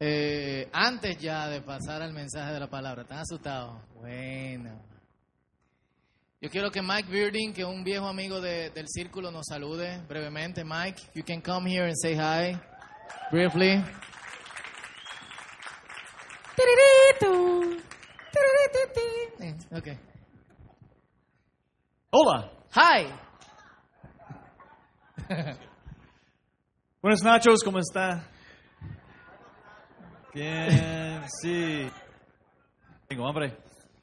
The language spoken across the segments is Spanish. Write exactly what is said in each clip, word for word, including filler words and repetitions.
Eh, antes ya de pasar al mensaje de la palabra, ¿están asustados? Bueno. Yo quiero que Mike Bearding, que es un viejo amigo de, del círculo, nos salude brevemente. Mike, you can come here and say hi briefly. Okay. Hola. Hi. Buenas nachos, ¿cómo está? Bien, sí. Tengo hambre.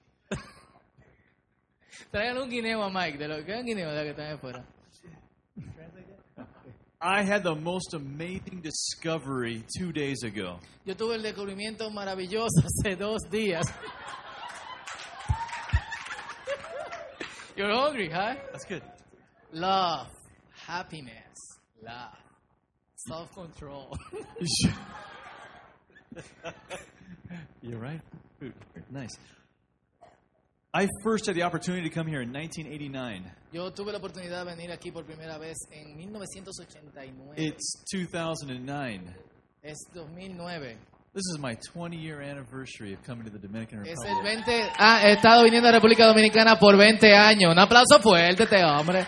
Traigan un guineo a Mike, de lo que es un guineo de la que están afuera. I had the most amazing discovery two days ago. Yo tuve el descubrimiento maravilloso hace dos días. You're hungry, huh? That's good. Love, happiness, love, self-control. You're right. Food. Nice. I first had the opportunity to come here in nineteen eighty-nine. Yo tuve la oportunidad de venir aquí por primera vez en mil novecientos ochenta y nueve. It's two thousand nine. Es dos mil nueve. This is my twenty-year anniversary of coming to the Dominican Es Republic. el veinte. Ah, he estado viniendo a República Dominicana por veinte años. Un aplauso fuerte, este hombre.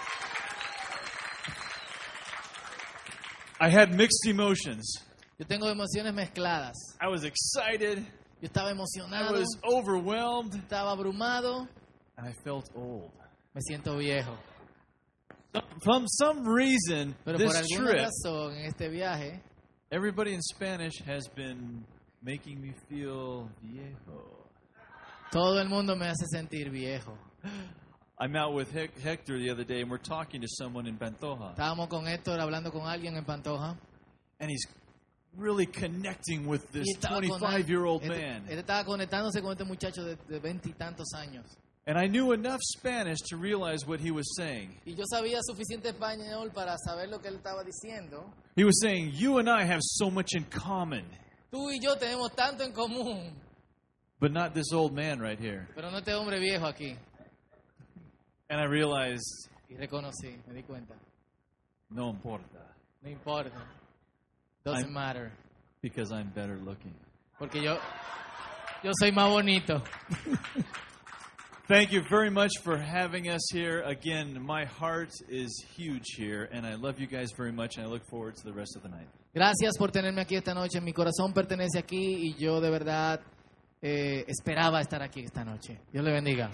I had mixed emotions. Yo tengo emociones mezcladas. I was excited. Yo estaba I emocionado, was overwhelmed. estaba abrumado, And I felt old. me siento viejo. From some reason, Pero por this alguna trip, razón en este viaje, everybody in Spanish has been making me feel viejo. todo el mundo me hace sentir viejo. I'm out with Hec- Hector the other day, and we're talking to someone in Pantoja. Estábamos con Héctor hablando con alguien en Pantoja. And he's really connecting with this Y estaba con él. twenty-five-year-old Este- man. Él estaba conectándose con este muchacho de veintitantos años. And I knew enough Spanish to realize what he was saying. Y yo sabía suficiente español para saber lo que él estaba diciendo. He was saying, you and I have so much in common, Tú y yo tenemos tanto en común, but not this old man right here. pero no este hombre viejo aquí. And I realized, Y reconocí, me di cuenta. no importa, No importa. Doesn't I'm- matter. because I'm better looking. Porque yo, yo soy más bonito. Thank you very much for having us here. Again, my heart is huge here, and I love you guys very much, and I look forward to the rest of the night. Gracias por tenerme aquí esta noche. Mi corazón pertenece aquí y yo de verdad eh, esperaba estar aquí esta noche. Dios le bendiga.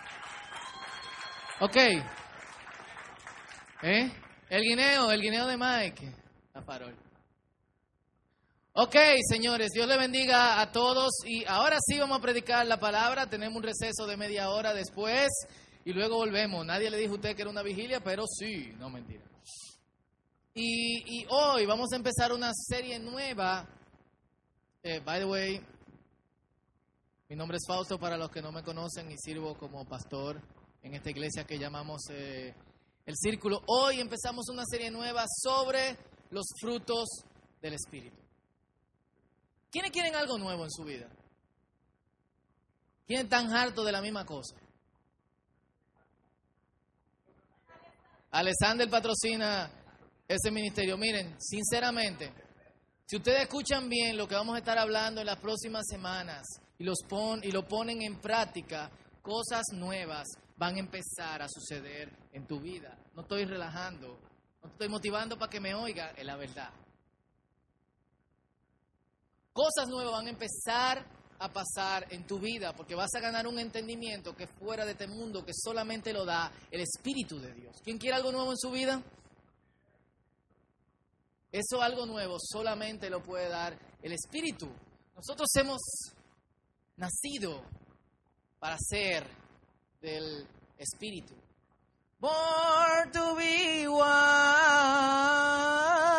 Ok. ¿Eh? El guineo, el guineo de Mike. La farol. Ok, señores, Dios le bendiga a todos. Y ahora sí vamos a predicar la palabra. Tenemos un receso de media hora después y luego volvemos. Nadie le dijo a usted que era una vigilia, pero sí, no mentira. Y, y hoy vamos a empezar una serie nueva. Eh, by the way, mi nombre es Fausto para los que no me conocen y sirvo como pastor en esta iglesia que llamamos eh, El Círculo. Hoy empezamos una serie nueva sobre los frutos del Espíritu. ¿Quiénes quieren algo nuevo en su vida? ¿Quiénes están hartos de la misma cosa? Alexander patrocina ese ministerio. Miren, sinceramente, si ustedes escuchan bien lo que vamos a estar hablando en las próximas semanas y, los pon, y lo ponen en práctica, cosas nuevas van a empezar a suceder en tu vida. No estoy relajando, no estoy motivando para que me oiga, es la verdad. Cosas nuevas van a empezar a pasar en tu vida porque vas a ganar un entendimiento que es fuera de este mundo, que solamente lo da el Espíritu de Dios. ¿Quién quiere algo nuevo en su vida? Eso algo nuevo solamente lo puede dar el Espíritu. Nosotros hemos nacido para ser del Espíritu. Born to be one.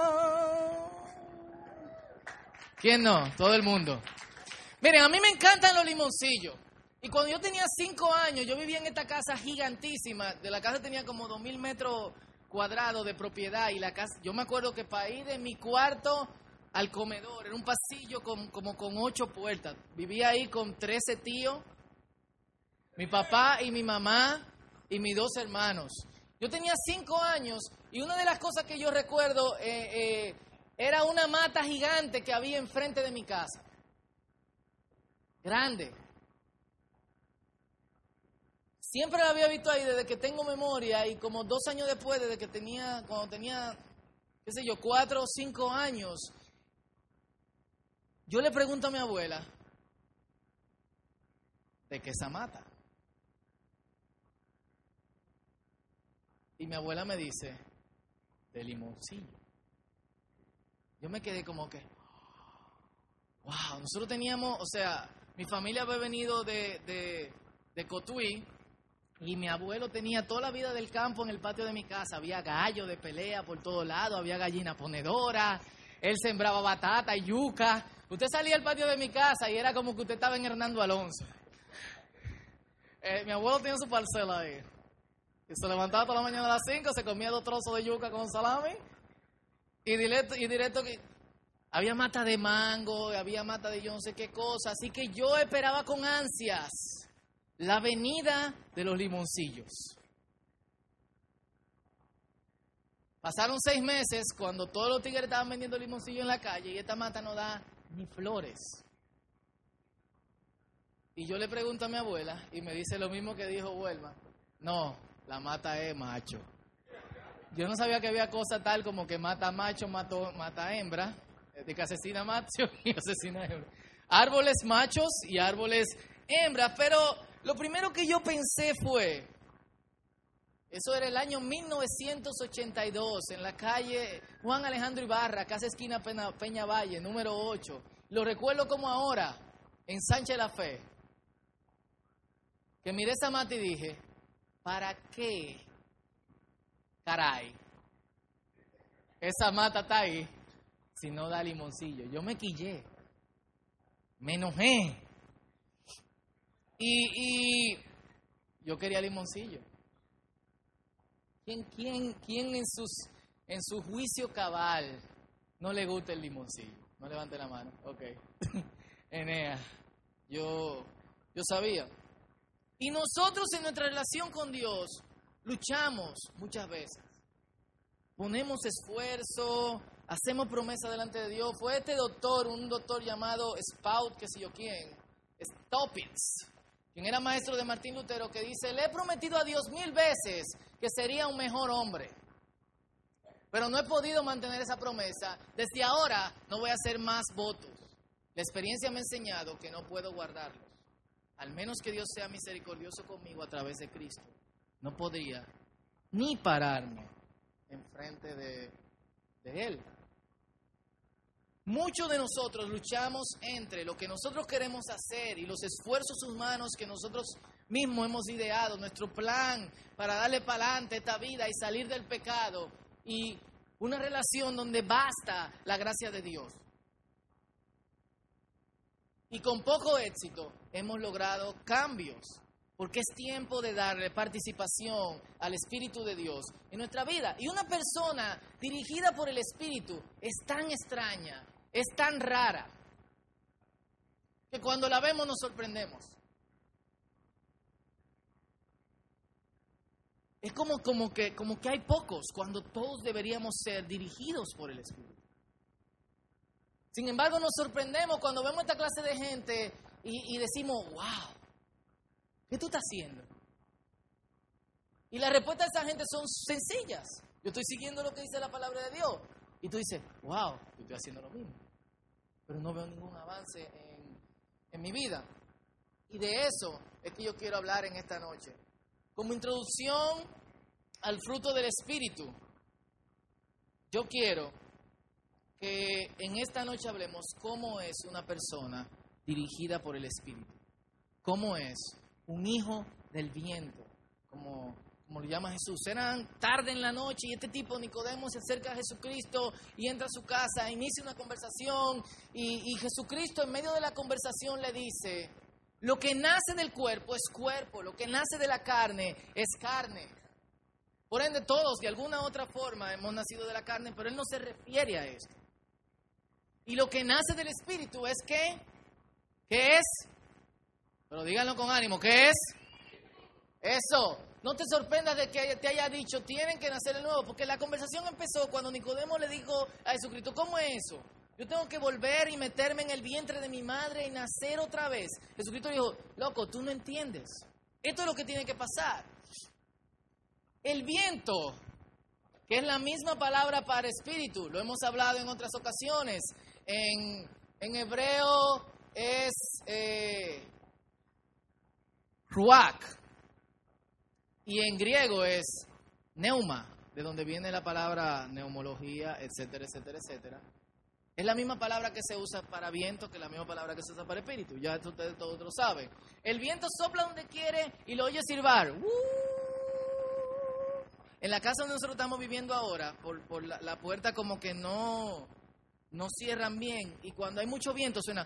¿Quién no? Todo el mundo. Miren, a mí me encantan los limoncillos. Y cuando yo tenía cinco años, yo vivía en esta casa gigantísima. De la casa tenía como dos mil metros cuadrados de propiedad. Y la casa, yo me acuerdo que para ir de mi cuarto al comedor, era un pasillo con, como con ocho puertas. Vivía ahí con trece tíos, mi papá y mi mamá y mis dos hermanos. Yo tenía cinco años y una de las cosas que yo recuerdo... Eh, eh, era una mata gigante que había enfrente de mi casa. Grande. Siempre la había visto ahí desde que tengo memoria y como dos años después, desde que tenía, cuando tenía, qué sé yo, cuatro o cinco años, yo le pregunto a mi abuela, ¿de qué esa mata? Y mi abuela me dice, de limoncillo. Yo me quedé como que, wow, nosotros teníamos, o sea, mi familia había venido de, de, de Cotuí y mi abuelo tenía toda la vida del campo en el patio de mi casa. Había gallos de pelea por todos lados, había gallina ponedora, él sembraba batata y yuca. Usted salía al patio de mi casa y era como que usted estaba en Hernando Alonso. Eh, mi abuelo tenía su parcela ahí. Y se levantaba toda la mañana a las cinco, se comía dos trozos de yuca con salami. Y directo, y directo que había mata de mango, había mata de yo no sé qué cosa. Así que yo esperaba con ansias la venida de los limoncillos. Pasaron seis meses cuando todos los tigres estaban vendiendo limoncillos en la calle y esta mata no da ni flores. Y yo le pregunto a mi abuela y me dice lo mismo que dijo Huelma. No, la mata es macho. Yo no sabía que había cosa tal como que mata macho, mato, mata hembra, de que asesina macho y asesina hembra. Árboles machos y árboles hembras, pero lo primero que yo pensé fue, eso era el año mil novecientos ochenta y dos, en la calle Juan Alejandro Ibarra, casa esquina Peña, Peña Valle, número ocho. Lo recuerdo como ahora, en Sánchez La Fe, que miré esa mata y dije, ¿para qué, caray, esa mata está ahí si no da limoncillo? Yo me quillé, me enojé y, y yo quería limoncillo. ¿Quién, quién, quién en, sus, en su juicio cabal no le gusta el limoncillo? No levante la mano. Ok. Enea, yo, yo sabía. Y nosotros en nuestra relación con Dios luchamos muchas veces. Ponemos esfuerzo, hacemos promesa delante de Dios. Fue este doctor, un doctor llamado Spout, que sé yo quién, Stoppins, quien era maestro de Martín Lutero, que dice, le he prometido a Dios mil veces que sería un mejor hombre, pero no he podido mantener esa promesa. Desde ahora no voy a hacer más votos. La experiencia me ha enseñado que no puedo guardarlos. Al menos que Dios sea misericordioso conmigo a través de Cristo, no podría ni pararme enfrente de, de Él. Muchos de nosotros luchamos entre lo que nosotros queremos hacer y los esfuerzos humanos que nosotros mismos hemos ideado, nuestro plan para darle para adelante esta vida y salir del pecado, y una relación donde basta la gracia de Dios. Y con poco éxito hemos logrado cambios, porque es tiempo de darle participación al Espíritu de Dios en nuestra vida. Y una persona dirigida por el Espíritu es tan extraña, es tan rara, que cuando la vemos nos sorprendemos. Es como, como, que, como que hay pocos, cuando todos deberíamos ser dirigidos por el Espíritu. Sin embargo, nos sorprendemos cuando vemos esta clase de gente y, y decimos, wow, ¿qué tú estás haciendo? Y la respuesta de esa gente son sencillas. Yo estoy siguiendo lo que dice la palabra de Dios. Y tú dices, wow, yo estoy haciendo lo mismo, pero no veo ningún avance en, en mi vida. Y de eso es que yo quiero hablar en esta noche. Como introducción al fruto del Espíritu, yo quiero que en esta noche hablemos cómo es una persona dirigida por el Espíritu. Cómo es un hijo del viento, como, como lo llama Jesús. Eran tarde en la noche y este tipo, Nicodemo, se acerca a Jesucristo y entra a su casa, inicia una conversación y, y Jesucristo en medio de la conversación le dice, lo que nace del cuerpo es cuerpo, lo que nace de la carne es carne. Por ende, todos de alguna u otra forma hemos nacido de la carne, pero él no se refiere a esto. Y lo que nace del Espíritu es ¿qué? ¿Qué es? Pero díganlo con ánimo, ¿qué es? Eso. No te sorprendas de que te haya dicho, tienen que nacer de nuevo, porque la conversación empezó cuando Nicodemo le dijo a Jesucristo, ¿cómo es eso? Yo tengo que volver y meterme en el vientre de mi madre y nacer otra vez. Jesucristo dijo, loco, tú no entiendes. Esto es lo que tiene que pasar. El viento, que es la misma palabra para espíritu, lo hemos hablado en otras ocasiones. En, en hebreo es eh, ruach. Y en griego es neuma, de donde viene la palabra neumología, etcétera, etcétera, etcétera. Es la misma palabra que se usa para viento que la misma palabra que se usa para espíritu. Ya esto ustedes todos lo saben. El viento sopla donde quiere y lo oye silbar. ¡Uh! En la casa donde nosotros estamos viviendo ahora, por, por la, la puerta como que no, no cierran bien. Y cuando hay mucho viento suena...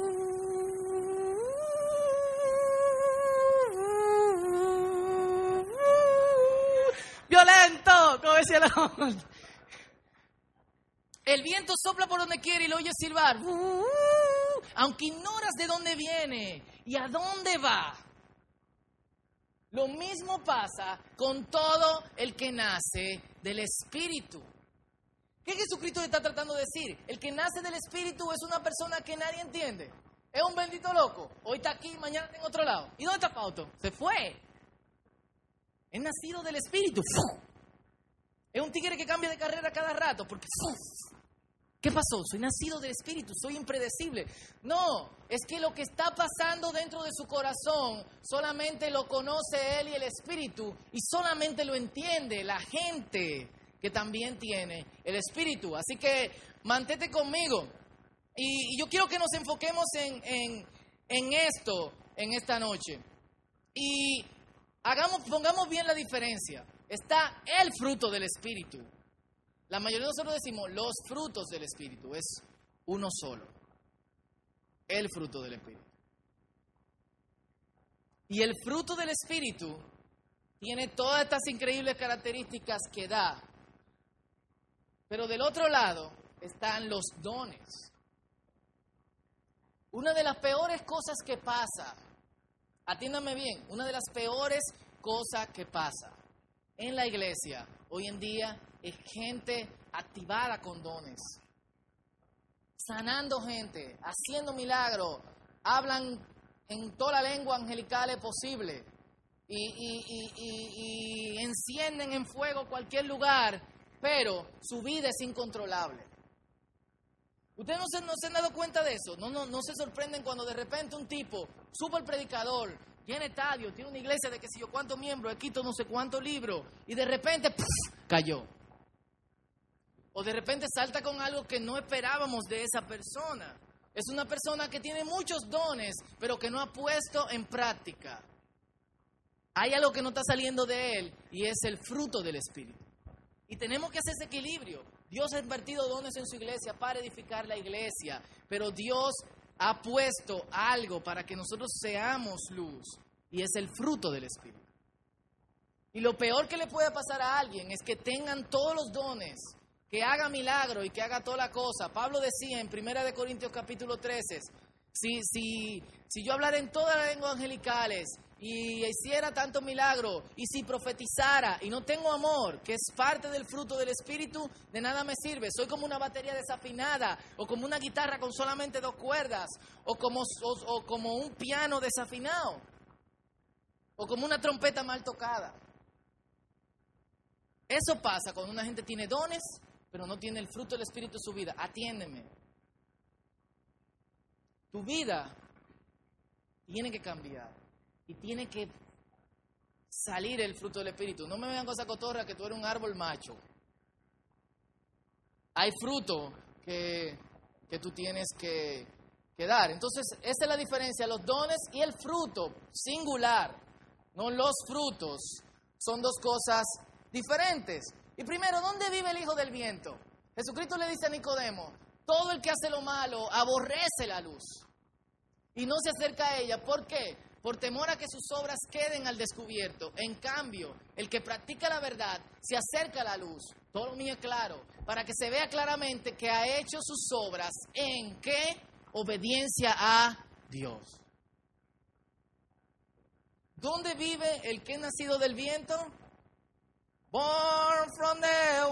¡Violento! Como decía la onda. El viento sopla por donde quiere y lo oyes silbar. Uh, aunque ignoras de dónde viene y a dónde va. Lo mismo pasa con todo el que nace del Espíritu. ¿Qué Jesucristo le está tratando de decir? El que nace del Espíritu es una persona que nadie entiende. Es un bendito loco. Hoy está aquí, mañana está en otro lado. ¿Y dónde está Pauto? Se fue. Es nacido del Espíritu. ¡Fuf! Es un tigre que cambia de carrera cada rato porque ¡fuf! ¿Qué pasó? Soy nacido del Espíritu, soy impredecible. No, es que lo que está pasando dentro de su corazón solamente lo conoce él y el Espíritu y solamente lo entiende la gente que también tiene el Espíritu. Así que mantente conmigo y, y yo quiero que nos enfoquemos en, en, en esto en esta noche y hagamos, pongamos bien la diferencia. Está el fruto del Espíritu. La mayoría de nosotros decimos los frutos del Espíritu. Es uno solo. El fruto del Espíritu. Y el fruto del Espíritu tiene todas estas increíbles características que da. Pero del otro lado están los dones. Una de las peores cosas que pasa, atiéndame bien, una de las peores cosas que pasa en la iglesia hoy en día es gente activada con dones, sanando gente, haciendo milagros, hablan en toda la lengua angelical posible y, y, y, y, y encienden en fuego cualquier lugar, pero su vida es incontrolable. ¿Ustedes no se, no se han dado cuenta de eso? No, no, no se sorprenden cuando de repente un tipo, súper predicador, tiene estadio, tiene una iglesia de que sé yo cuántos miembros, quito no sé cuántos libros, y de repente ¡puf! Cayó. O de repente salta con algo que no esperábamos de esa persona. Es una persona que tiene muchos dones, pero que no ha puesto en práctica. Hay algo que no está saliendo de él y es el fruto del Espíritu. Y tenemos que hacer ese equilibrio. Dios ha invertido dones en su iglesia para edificar la iglesia, pero Dios ha puesto algo para que nosotros seamos luz y es el fruto del Espíritu. Y lo peor que le puede pasar a alguien es que tengan todos los dones, que haga milagro y que haga toda la cosa. Pablo decía en primera de Corintios capítulo trece, si, si, si yo hablara en todas las lenguas angelicales y hiciera tanto milagro y si profetizara y no tengo amor, que es parte del fruto del Espíritu, de nada me sirve. Soy como una batería desafinada o como una guitarra con solamente dos cuerdas o como, o, o como un piano desafinado o como una trompeta mal tocada. Eso pasa cuando una gente tiene dones pero no tiene el fruto del Espíritu en su vida. Atiéndeme. Tu vida tiene que cambiar y tiene que salir el fruto del Espíritu. No me vean cosa cotorra que tú eres un árbol macho. Hay fruto que, que tú tienes que, que dar. Entonces, esa es la diferencia, los dones y el fruto, singular. No los frutos, son dos cosas diferentes. Y primero, ¿dónde vive el hijo del viento? Jesucristo le dice a Nicodemo, todo el que hace lo malo aborrece la luz y no se acerca a ella. ¿Por qué? Por temor a que sus obras queden al descubierto. En cambio, el que practica la verdad se acerca a la luz, todo lo mío es claro, para que se vea claramente que ha hecho sus obras en ¿qué? Obediencia a Dios. ¿Dónde vive el que es nacido del viento? Born from the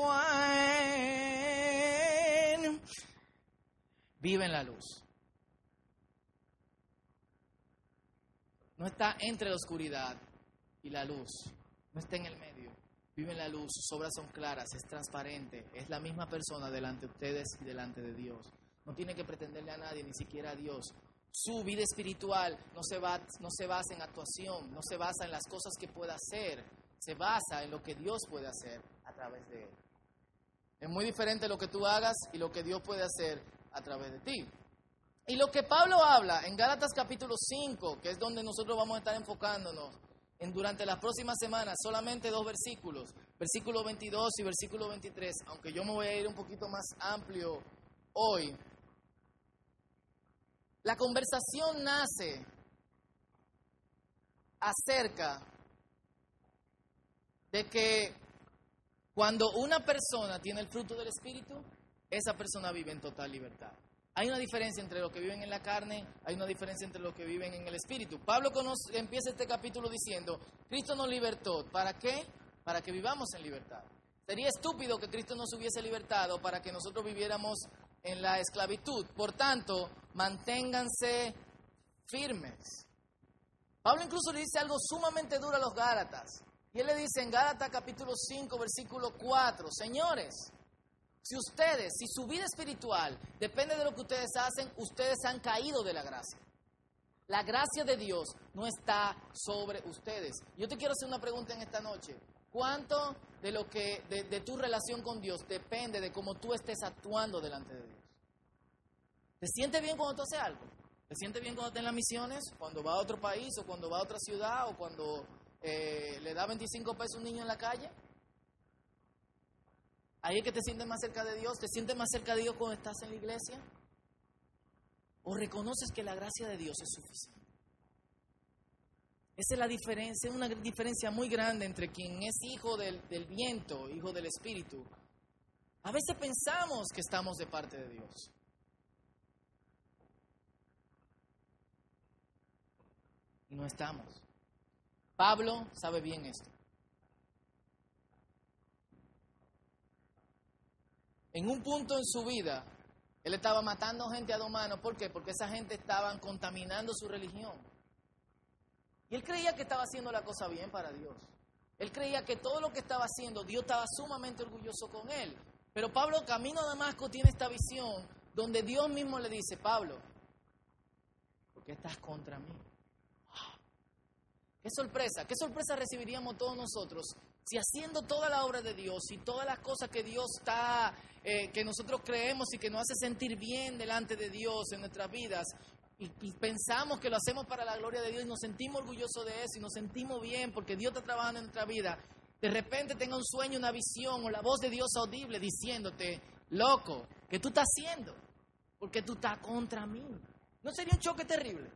wine. Vive en la luz. No está entre la oscuridad y la luz. No está en el medio. Vive en la luz. Sus obras son claras. Es transparente. Es la misma persona delante de ustedes y delante de Dios. No tiene que pretenderle a nadie, ni siquiera a Dios. Su vida espiritual no se, va, no se basa en actuación. No se basa en las cosas que pueda hacer. Se basa en lo que Dios puede hacer a través de él. Es muy diferente lo que tú hagas y lo que Dios puede hacer a través de ti. Y lo que Pablo habla en Gálatas capítulo cinco, que es donde nosotros vamos a estar enfocándonos en, durante las próximas semanas, solamente dos versículos, versículo veintidós y versículo veintitrés, aunque yo me voy a ir un poquito más amplio hoy. La conversación nace acerca de que cuando una persona tiene el fruto del Espíritu, esa persona vive en total libertad. Hay una diferencia entre los que viven en la carne, hay una diferencia entre los que viven en el Espíritu. Pablo conoce, empieza este capítulo diciendo, Cristo nos libertó. ¿Para qué? Para que vivamos en libertad. Sería estúpido que Cristo nos hubiese libertado para que nosotros viviéramos en la esclavitud. Por tanto, manténganse firmes. Pablo incluso le dice algo sumamente duro a los Gálatas. Y él le dice en Gálatas capítulo cinco, versículo cuatro, señores, si ustedes, si su vida espiritual depende de lo que ustedes hacen, ustedes han caído de la gracia. La gracia de Dios no está sobre ustedes. Yo te quiero hacer una pregunta en esta noche. ¿Cuánto de lo que de, de tu relación con Dios depende de cómo tú estés actuando delante de Dios? ¿Te sientes bien cuando tú haces algo? ¿Te sientes bien cuando estás en las misiones? ¿Cuando va a otro país o cuando va a otra ciudad o cuando eh, le da veinticinco pesos a un niño en la calle? ¿Ahí es que te sientes más cerca de Dios? ¿Te sientes más cerca de Dios cuando estás en la iglesia? ¿O reconoces que la gracia de Dios es suficiente? Esa es la diferencia, una diferencia muy grande entre quien es hijo del, del viento, hijo del Espíritu. A veces pensamos que estamos de parte de Dios. Y no estamos. Pablo sabe bien esto. En un punto en su vida, él estaba matando gente a dos manos. ¿Por qué? Porque esa gente estaba contaminando su religión. Y él creía que estaba haciendo la cosa bien para Dios. Él creía que todo lo que estaba haciendo, Dios estaba sumamente orgulloso con él. Pero Pablo, camino a Damasco, tiene esta visión donde Dios mismo le dice, Pablo, ¿por qué estás contra mí? ¡Qué sorpresa! ¿Qué sorpresa recibiríamos todos nosotros si haciendo toda la obra de Dios y todas las cosas que Dios está, eh, que nosotros creemos y que nos hace sentir bien delante de Dios en nuestras vidas, y, y pensamos que lo hacemos para la gloria de Dios y nos sentimos orgullosos de eso y nos sentimos bien porque Dios está trabajando en nuestra vida, de repente tenga un sueño, una visión o la voz de Dios audible diciéndote, loco, ¿qué tú estás haciendo? Porque tú estás contra mí. ¿No sería un choque terrible?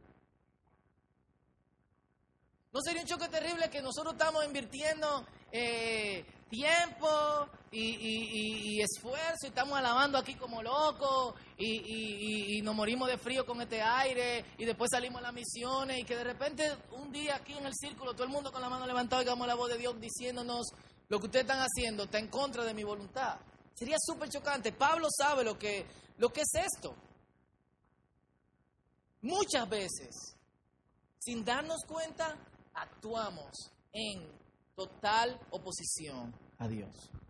¿No sería un choque terrible que nosotros estamos invirtiendo eh, tiempo y, y, y, y esfuerzo y estamos alabando aquí como locos y, y, y, y nos morimos de frío con este aire y después salimos a las misiones y que de repente un día aquí en el círculo todo el mundo con la mano levantada oigamos la voz de Dios diciéndonos lo que ustedes están haciendo está en contra de mi voluntad? Sería súper chocante. Pablo sabe lo que, lo que es esto. Muchas veces, sin darnos cuenta, actuamos en total oposición a Dios.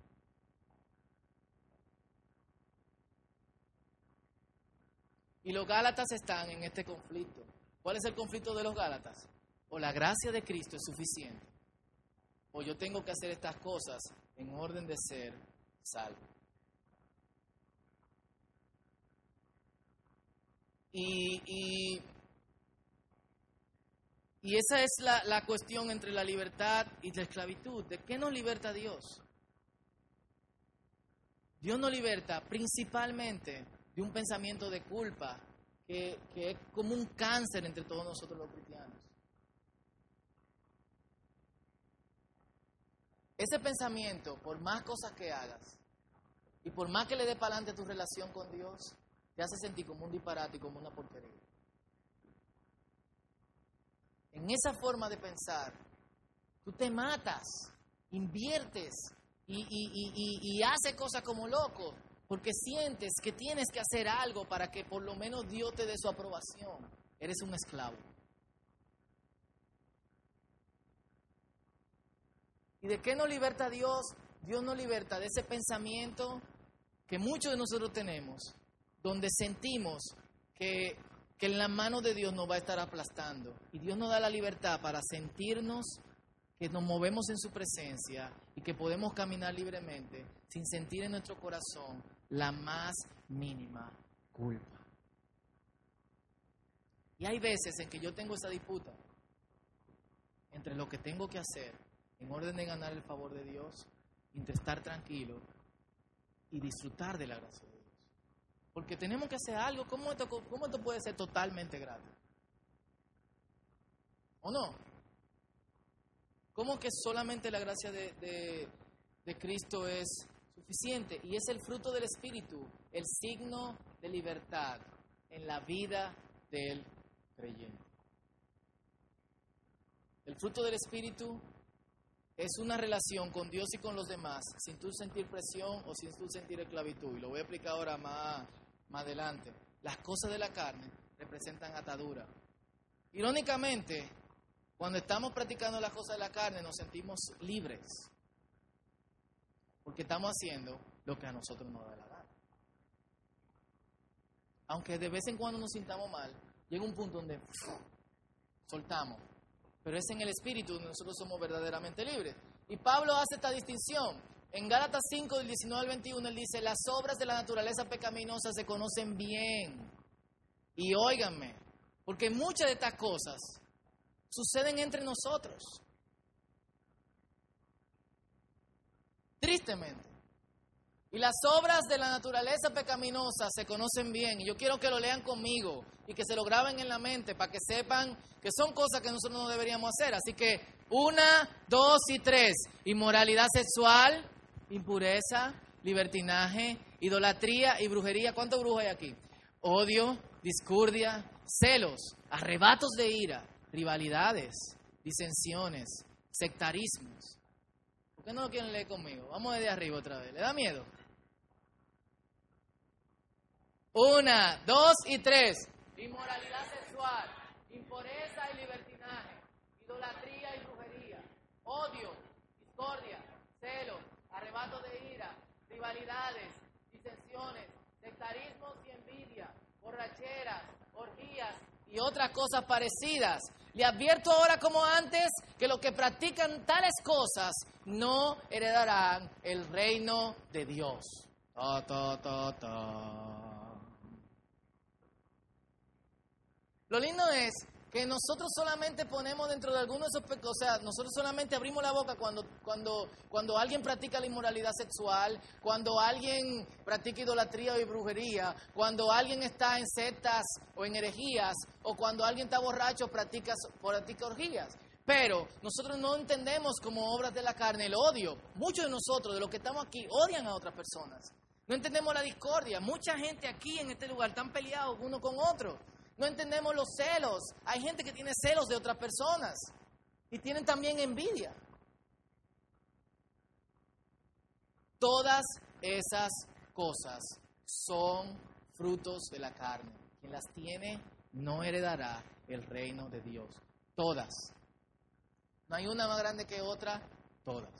Y los Gálatas están en este conflicto. ¿Cuál es el conflicto de los Gálatas? O la gracia de Cristo es suficiente, o yo tengo que hacer estas cosas en orden de ser salvo. Y... y Y esa es la, la cuestión entre la libertad y la esclavitud. ¿De qué nos liberta Dios? Dios nos liberta principalmente de un pensamiento de culpa que, que es como un cáncer entre todos nosotros los cristianos. Ese pensamiento, por más cosas que hagas y por más que le dé para adelante tu relación con Dios, te hace sentir como un disparate y como una porquería. en esa forma de pensar, tú te matas, inviertes y, y, y, y, y haces cosas como loco, porque sientes que tienes que hacer algo para que por lo menos Dios te dé su aprobación. Eres un esclavo. ¿Y de qué nos liberta Dios? Dios nos liberta de ese pensamiento que muchos de nosotros tenemos, donde sentimos que, que en la mano de Dios nos va a estar aplastando. Y Dios nos da la libertad para sentirnos que nos movemos en su presencia y que podemos caminar libremente sin sentir en nuestro corazón la más mínima culpa. Y hay veces en que yo tengo esa disputa entre lo que tengo que hacer en orden de ganar el favor de Dios, entre estar tranquilo y disfrutar de la gracia de Dios. Porque tenemos que hacer algo. ¿Cómo esto, cómo esto puede ser totalmente gratis? ¿O no? ¿Cómo que solamente la gracia de, de, de Cristo es suficiente? Y es el fruto del Espíritu, el signo de libertad en la vida del creyente. El fruto del Espíritu es una relación con Dios y con los demás, sin tú sentir presión o sin tú sentir esclavitud. Y lo voy a explicar ahora más, más adelante. Las cosas de la carne representan atadura. Irónicamente, cuando estamos practicando las cosas de la carne, nos sentimos libres. Porque estamos haciendo lo que a nosotros nos da la gana. Aunque de vez en cuando nos sintamos mal, llega un punto donde ¡fuf! Soltamos. Pero es en el Espíritu donde nosotros somos verdaderamente libres. Y Pablo hace esta distinción. En Gálatas cinco, del diecinueve al veintiuno, él dice, las obras de la naturaleza pecaminosa se conocen bien. Y óiganme, porque muchas de estas cosas suceden entre nosotros. Tristemente. Y las obras de la naturaleza pecaminosa se conocen bien. Y yo quiero que lo lean conmigo y que se lo graben en la mente para que sepan que son cosas que nosotros no deberíamos hacer. Así que una, dos y tres. Inmoralidad sexual, impureza, libertinaje, idolatría y brujería. ¿Cuántos brujos hay aquí? Odio, discordia, celos, arrebatos de ira, rivalidades, disensiones, sectarismos. ¿Por qué no lo quieren leer conmigo? Vamos desde arriba otra vez. ¿Le da miedo? Una, dos y tres. Inmoralidad sexual, impureza y libertinaje, idolatría y brujería, odio, discordia, celos, arrebato de ira, rivalidades, disensiones, sectarismos y envidia, borracheras, orgías y otras cosas parecidas. Le advierto ahora como antes que los que practican tales cosas no heredarán el reino de Dios. Ta, ta, ta, ta. Lo lindo es que nosotros solamente ponemos dentro de algunos de esos pecados, o sea, nosotros solamente abrimos la boca cuando, cuando, cuando alguien practica la inmoralidad sexual, cuando alguien practica idolatría o brujería, cuando alguien está en sectas o en herejías, o cuando alguien está borracho practica, practica orgías. Pero nosotros no entendemos como obras de la carne el odio. Muchos de nosotros, de los que estamos aquí, odian a otras personas. No entendemos la discordia. Mucha gente aquí en este lugar están peleados uno con otro. No entendemos los celos. Hay gente que tiene celos de otras personas y tienen también envidia. Todas esas cosas son frutos de la carne. Quien las tiene no heredará el reino de Dios. Todas. No hay una más grande que otra, todas.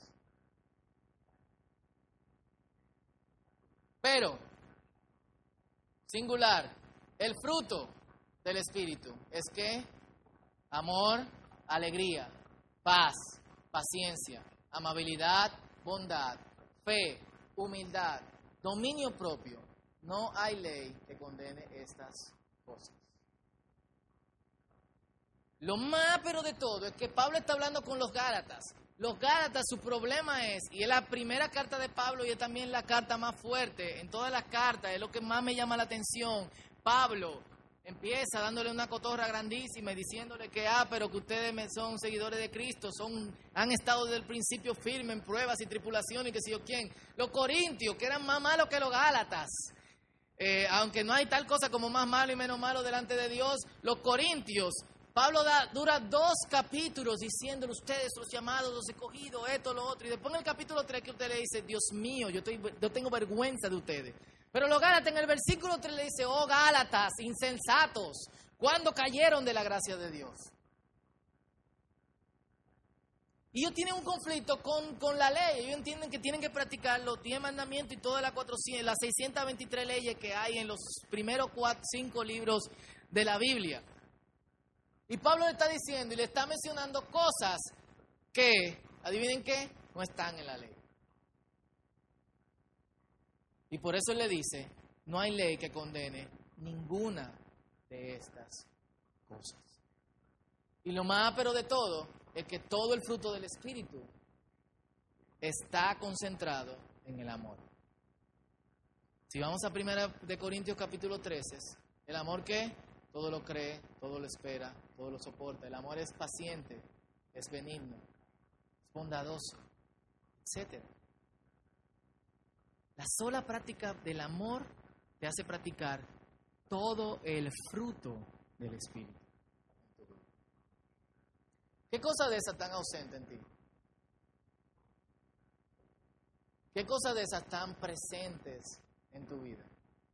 Pero, singular, el fruto del Espíritu es que amor, alegría, paz, paciencia, amabilidad, bondad, fe, humildad, dominio propio. No hay ley que condene estas cosas. Lo más pero de todo es que Pablo está hablando con los Gálatas. Los Gálatas, su problema es, y es la primera carta de Pablo y es también la carta más fuerte, en todas las cartas, es lo que más me llama la atención. Pablo empieza dándole una cotorra grandísima y diciéndole que, ah, pero que ustedes son seguidores de Cristo, son, han estado desde el principio firmes en pruebas y tribulaciones y que sé yo quién. Los corintios, que eran más malos que los Gálatas. Eh, aunque no hay tal cosa como más malo y menos malo delante de Dios, los corintios Pablo da, dura dos capítulos diciéndole ustedes, los llamados, los escogidos, esto, lo otro. Y después en el capítulo tres que usted le dice, Dios mío, yo, estoy, yo tengo vergüenza de ustedes. Pero los Gálatas en el versículo tres le dice, oh Gálatas, insensatos, ¿cuándo cayeron de la gracia de Dios? Y ellos tienen un conflicto con, con la ley. Ellos entienden que tienen que practicar los diez mandamientos y todas las, cuatrocientas, las seiscientas veintitrés leyes que hay en los primeros cuatro, cinco libros de la Biblia. Y Pablo le está diciendo y le está mencionando cosas que, adivinen qué, no están en la ley. Y por eso él le dice, no hay ley que condene ninguna de estas cosas. Y lo más pero de todo es que todo el fruto del Espíritu está concentrado en el amor. Si vamos a primera de Corintios capítulo trece, ¿el amor qué? Todo lo cree, todo lo espera, todo lo soporta. El amor es paciente, es benigno, es bondadoso, etcétera. La sola práctica del amor te hace practicar todo el fruto del Espíritu. ¿Qué cosa de esas están ausentes en ti? ¿Qué cosas de esas están presentes en tu vida?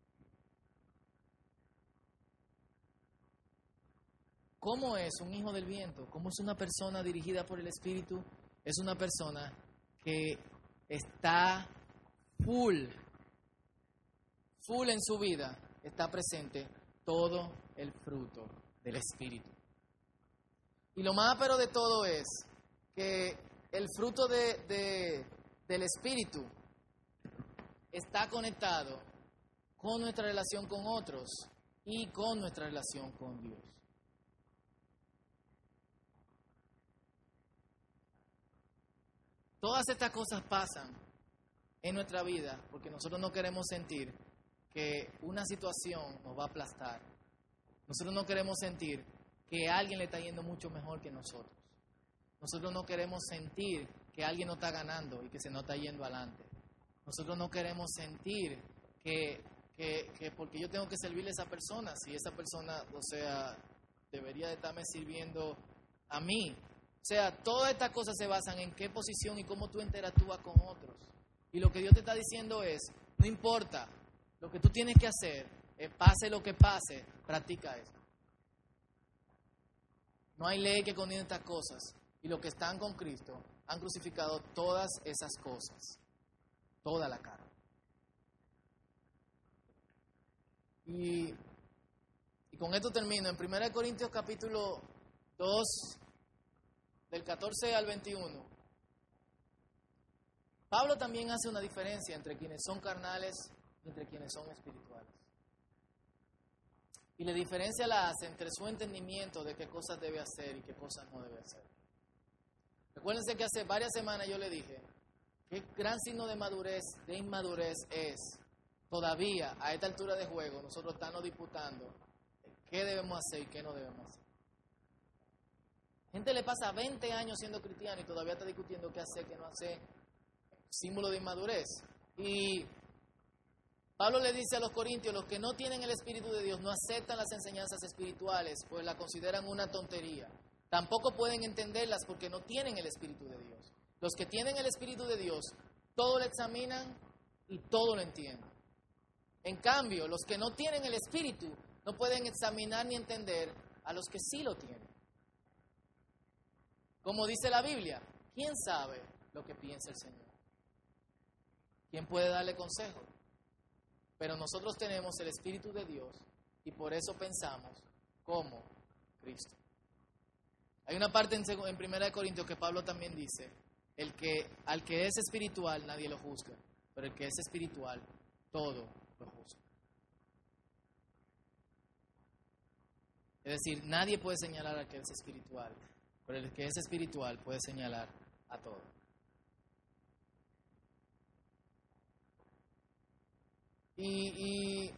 ¿Cómo es un hijo del viento? ¿Cómo es una persona dirigida por el Espíritu? Es una persona que está full, full en su vida, está presente todo el fruto del Espíritu. Y lo más pero de todo es que el fruto de, de, del Espíritu está conectado con nuestra relación con otros y con nuestra relación con Dios. Todas estas cosas pasan en nuestra vida porque nosotros no queremos sentir que una situación nos va a aplastar. Nosotros no queremos sentir que a alguien le está yendo mucho mejor que nosotros. Nosotros no queremos sentir que alguien no está ganando y que se nos está yendo adelante. Nosotros no queremos sentir que, que, que porque yo tengo que servirle a esa persona, si esa persona, o sea, debería de estarme sirviendo a mí. O sea, todas estas cosas se basan en qué posición y cómo tú interactúas con otros. Y lo que Dios te está diciendo es, no importa, lo que tú tienes que hacer, es, pase lo que pase, practica eso. No hay ley que condene estas cosas. Y los que están con Cristo han crucificado todas esas cosas. Toda la carne. Y, y con esto termino. En primera de Corintios capítulo dos, del catorce al veintiuno, Pablo también hace una diferencia entre quienes son carnales y entre quienes son espirituales. Y la diferencia la hace entre su entendimiento de qué cosas debe hacer y qué cosas no debe hacer. Recuérdense que hace varias semanas yo le dije qué gran signo de madurez, de inmadurez es todavía a esta altura de juego nosotros estamos disputando qué debemos hacer y qué no debemos hacer. Gente le pasa veinte años siendo cristiano y todavía está discutiendo qué hacer, qué no hacer. Símbolo de inmadurez. Y Pablo le dice a los corintios, los que no tienen el Espíritu de Dios no aceptan las enseñanzas espirituales, pues la consideran una tontería. Tampoco pueden entenderlas porque no tienen el Espíritu de Dios. Los que tienen el Espíritu de Dios, todo lo examinan y todo lo entienden. En cambio, los que no tienen el Espíritu no pueden examinar ni entender a los que sí lo tienen. Como dice la Biblia, ¿quién sabe lo que piensa el Señor? ¿Quién puede darle consejo? Pero nosotros tenemos el Espíritu de Dios y por eso pensamos como Cristo. Hay una parte en, en primera de Corintios que Pablo también dice, el que, al que es espiritual nadie lo juzga, pero el que es espiritual todo lo juzga. Es decir, nadie puede señalar al que es espiritual, pero el que es espiritual puede señalar a todo. Y, y,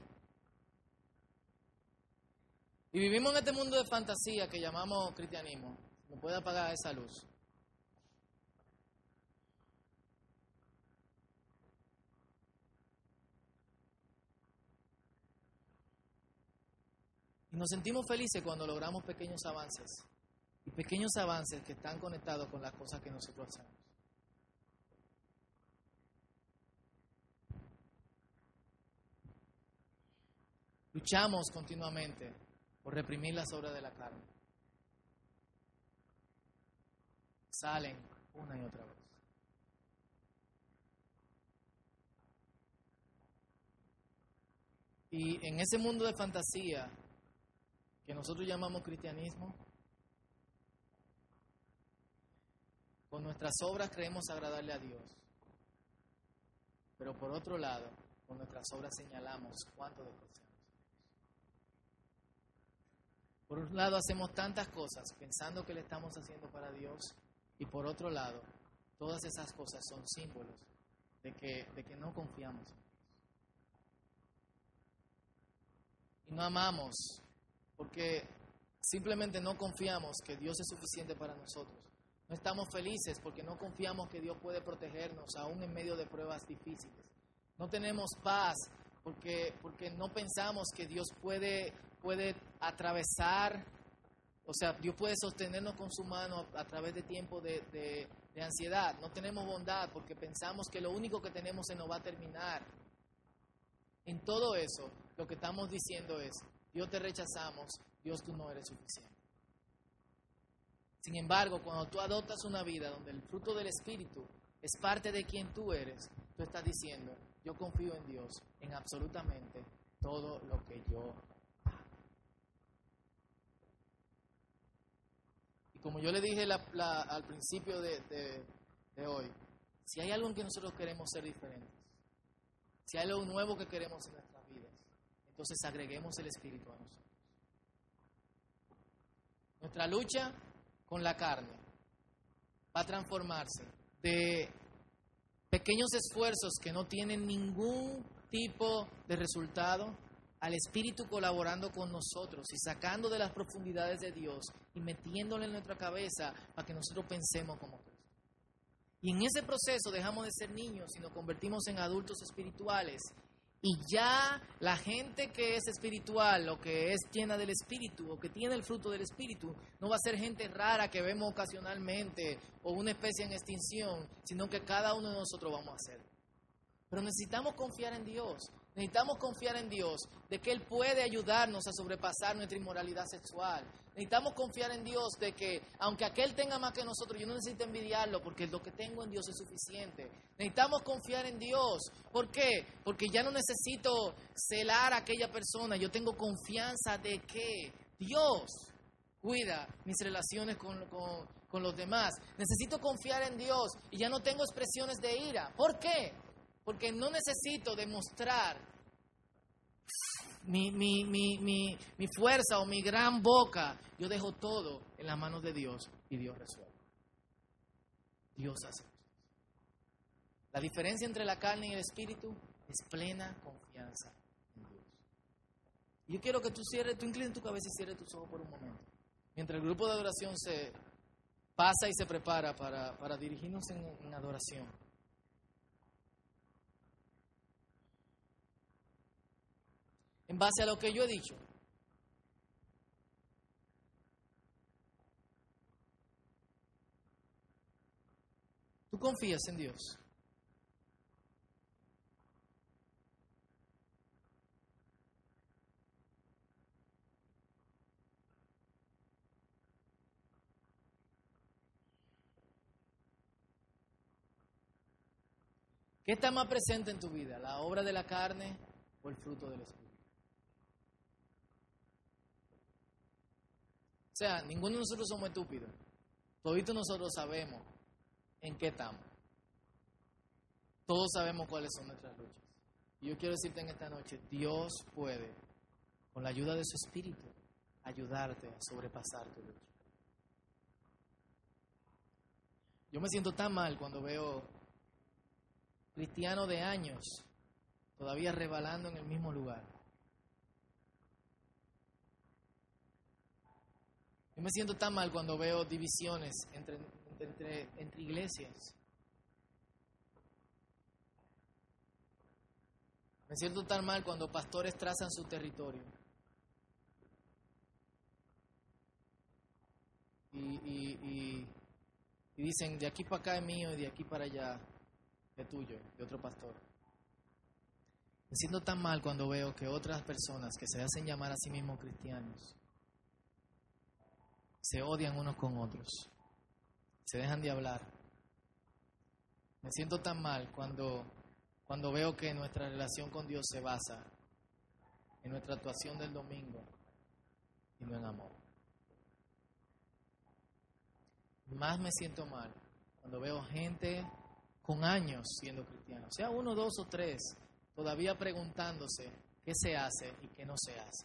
y vivimos en este mundo de fantasía que llamamos cristianismo. ¿Me puede apagar esa luz? Y nos sentimos felices cuando logramos pequeños avances. Y pequeños avances que están conectados con las cosas que nosotros hacemos. Luchamos continuamente por reprimir las obras de la carne. Salen una y otra vez. Y en ese mundo de fantasía que nosotros llamamos cristianismo, con nuestras obras creemos agradarle a Dios. Pero por otro lado, con nuestras obras señalamos cuánto despreciamos. Por un lado hacemos tantas cosas pensando que le estamos haciendo para Dios, y por otro lado, todas esas cosas son símbolos de que, de que no confiamos en Dios. Y no amamos porque simplemente no confiamos que Dios es suficiente para nosotros. No estamos felices porque no confiamos que Dios puede protegernos aún en medio de pruebas difíciles. No tenemos paz porque, porque no pensamos que Dios puede, puede atravesar, o sea, Dios puede sostenernos con su mano a, a través de tiempos de, de, de ansiedad. No tenemos bondad porque pensamos que lo único que tenemos se nos va a terminar. En todo eso, lo que estamos diciendo es, Dios te rechazamos, Dios tú no eres suficiente. Sin embargo, cuando tú adoptas una vida donde el fruto del Espíritu es parte de quien tú eres, tú estás diciendo, yo confío en Dios en absolutamente todo lo que yo hago. Y como yo le dije la, la, al principio de, de, de hoy, si hay algo en que nosotros queremos ser diferentes, si hay algo nuevo que queremos en nuestras vidas, entonces agreguemos el Espíritu a nosotros. Nuestra lucha con la carne va a transformarse de pequeños esfuerzos que no tienen ningún tipo de resultado al Espíritu colaborando con nosotros y sacando de las profundidades de Dios y metiéndole en nuestra cabeza para que nosotros pensemos como Cristo. Y en ese proceso dejamos de ser niños y nos convertimos en adultos espirituales. Y ya la gente que es espiritual o que es llena del Espíritu o que tiene el fruto del Espíritu no va a ser gente rara que vemos ocasionalmente o una especie en extinción, sino que cada uno de nosotros vamos a ser. Pero necesitamos confiar en Dios. Necesitamos confiar en Dios de que Él puede ayudarnos a sobrepasar nuestra inmoralidad sexual. Necesitamos confiar en Dios de que, aunque aquel tenga más que nosotros, yo no necesito envidiarlo porque lo que tengo en Dios es suficiente. Necesitamos confiar en Dios. ¿Por qué? Porque ya no necesito celar a aquella persona. Yo tengo confianza de que Dios cuida mis relaciones con, con, con los demás. Necesito confiar en Dios y ya no tengo expresiones de ira. ¿Por qué? Porque no necesito demostrar mi, mi, mi, mi, mi fuerza o mi gran boca. Yo dejo todo en las manos de Dios y Dios resuelve. Dios hace. La diferencia entre la carne y el espíritu es plena confianza en Dios. Y yo quiero que tú cierres, tú inclines tu cabeza y cierres tus ojos por un momento. Mientras el grupo de adoración se pasa y se prepara para, para dirigirnos en, en adoración. En base a lo que yo he dicho, ¿tú confías en Dios? ¿Qué está más presente en tu vida? ¿La obra de la carne o el fruto del Espíritu? O sea, ninguno de nosotros somos estúpidos. Todos nosotros sabemos en qué estamos. Todos sabemos cuáles son nuestras luchas. Y yo quiero decirte en esta noche, Dios puede, con la ayuda de su Espíritu, ayudarte a sobrepasar tu lucha. Yo me siento tan mal cuando veo cristianos de años todavía rebalando en el mismo lugar. Yo me siento tan mal cuando veo divisiones entre, entre, entre iglesias. Me siento tan mal cuando pastores trazan su territorio. y, y, y dicen, de aquí para acá es mío y de aquí para allá es tuyo, de otro pastor. Me siento tan mal cuando veo que otras personas que se hacen llamar a sí mismos cristianos se odian unos con otros, se dejan de hablar. Me siento tan mal cuando, cuando veo que nuestra relación con Dios se basa en nuestra actuación del domingo y no en amor. Más me siento mal cuando veo gente con años siendo cristianos, sea uno, dos o tres, todavía preguntándose qué se hace y qué no se hace.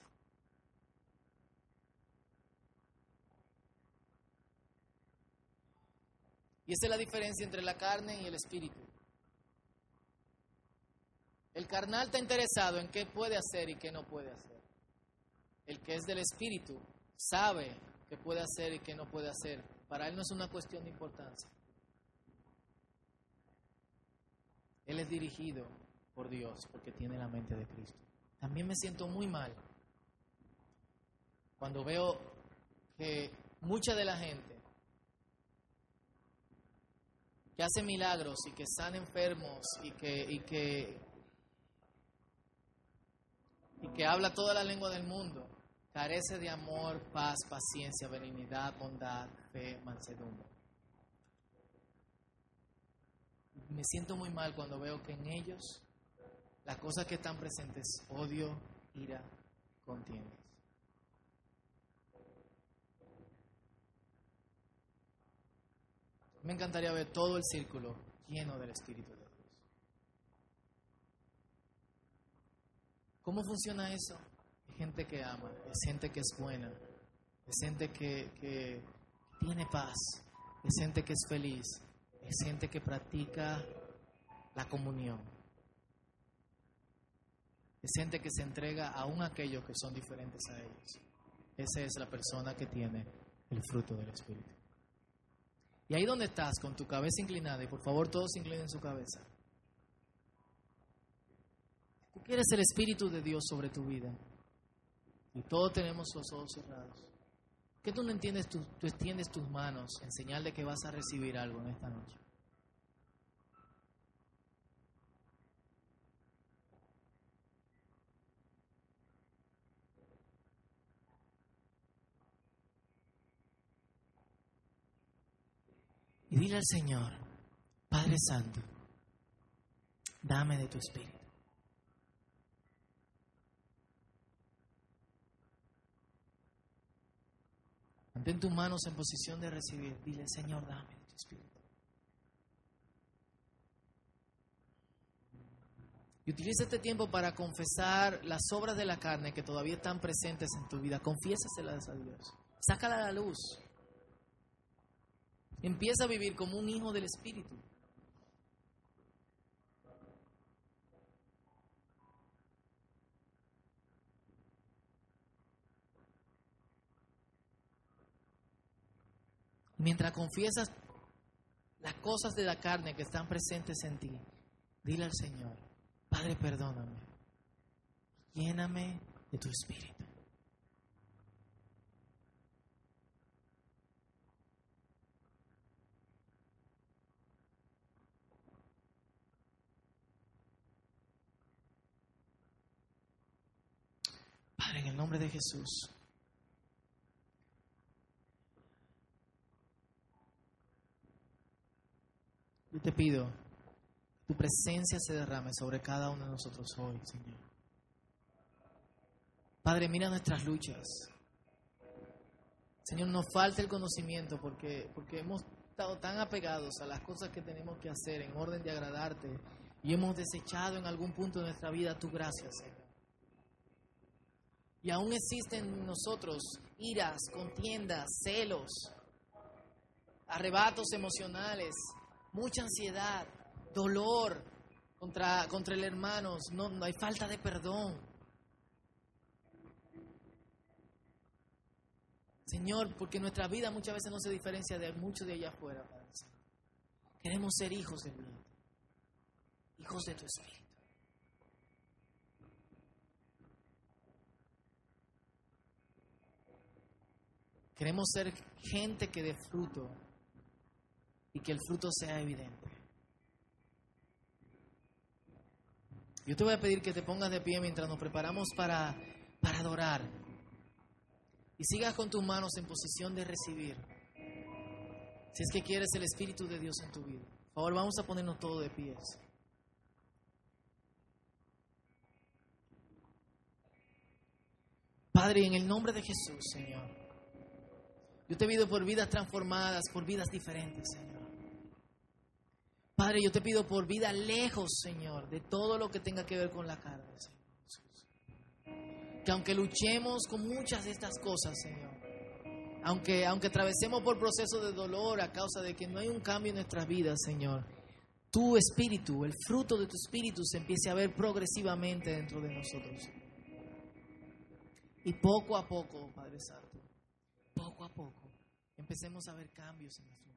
Y esa es la diferencia entre la carne y el espíritu. El carnal está interesado en qué puede hacer y qué no puede hacer. El que es del espíritu sabe qué puede hacer y qué no puede hacer. Para él no es una cuestión de importancia. Él es dirigido por Dios porque tiene la mente de Cristo. También me siento muy mal cuando veo que mucha de la gente que hace milagros y que están enfermos y que, y que, y que habla toda la lengua del mundo, carece de amor, paz, paciencia, benignidad, bondad, fe, mansedumbre. Me siento muy mal cuando veo que en ellos las cosas que están presentes, odio, ira, contiendas. Me encantaría ver todo el círculo lleno del Espíritu de Dios. ¿Cómo funciona eso? Es gente que ama, es gente que es buena, es gente que, que tiene paz, es gente que es feliz, es gente que practica la comunión, es gente que se entrega aún a aquellos que son diferentes a ellos. Esa es la persona que tiene el fruto del Espíritu. Y ahí donde estás, con tu cabeza inclinada, y por favor todos inclinen su cabeza. Tú quieres el Espíritu de Dios sobre tu vida. Y todos tenemos los ojos cerrados. ¿Por qué tú no entiendes, tú, tú extiendes tus manos en señal de que vas a recibir algo en esta noche? Y dile al Señor, Padre Santo, dame de tu Espíritu. Mantén tus manos en posición de recibir. Dile, Señor, dame de tu Espíritu. Y utiliza este tiempo para confesar las obras de la carne que todavía están presentes en tu vida. Confiésaselas a Dios. Sácala a la luz. Empieza a vivir como un hijo del Espíritu. Mientras confiesas las cosas de la carne que están presentes en ti, dile al Señor, Padre, perdóname, lléname de tu Espíritu. Padre, en el nombre de Jesús, yo te pido que tu presencia se derrame sobre cada uno de nosotros hoy, Señor. Padre, mira nuestras luchas. Señor, nos falta el conocimiento porque, porque hemos estado tan apegados a las cosas que tenemos que hacer en orden de agradarte y hemos desechado en algún punto de nuestra vida tu gracia, Señor. Y aún existen en nosotros iras, contiendas, celos, arrebatos emocionales, mucha ansiedad, dolor contra, contra el hermano. No, no hay falta de perdón. Señor, porque nuestra vida muchas veces no se diferencia de muchos de allá afuera, Padre. Queremos ser hijos del bien, hijos de tu Espíritu. Queremos ser gente que dé fruto y que el fruto sea evidente. Yo te voy a pedir que te pongas de pie mientras nos preparamos para, para adorar. Y sigas con tus manos en posición de recibir. Si es que quieres el Espíritu de Dios en tu vida. Por favor, vamos a ponernos todos de pies. Padre, en el nombre de Jesús, Señor, yo te pido por vidas transformadas, por vidas diferentes, Señor. Padre, yo te pido por vida lejos, Señor, de todo lo que tenga que ver con la carne, Señor Jesús. Que aunque luchemos con muchas de estas cosas, Señor, aunque, aunque atravesemos por procesos de dolor a causa de que no hay un cambio en nuestras vidas, Señor, tu espíritu, el fruto de tu espíritu se empiece a ver progresivamente dentro de nosotros. Y poco a poco, Padre Santo, poco a poco, empecemos a ver cambios en nuestro vida.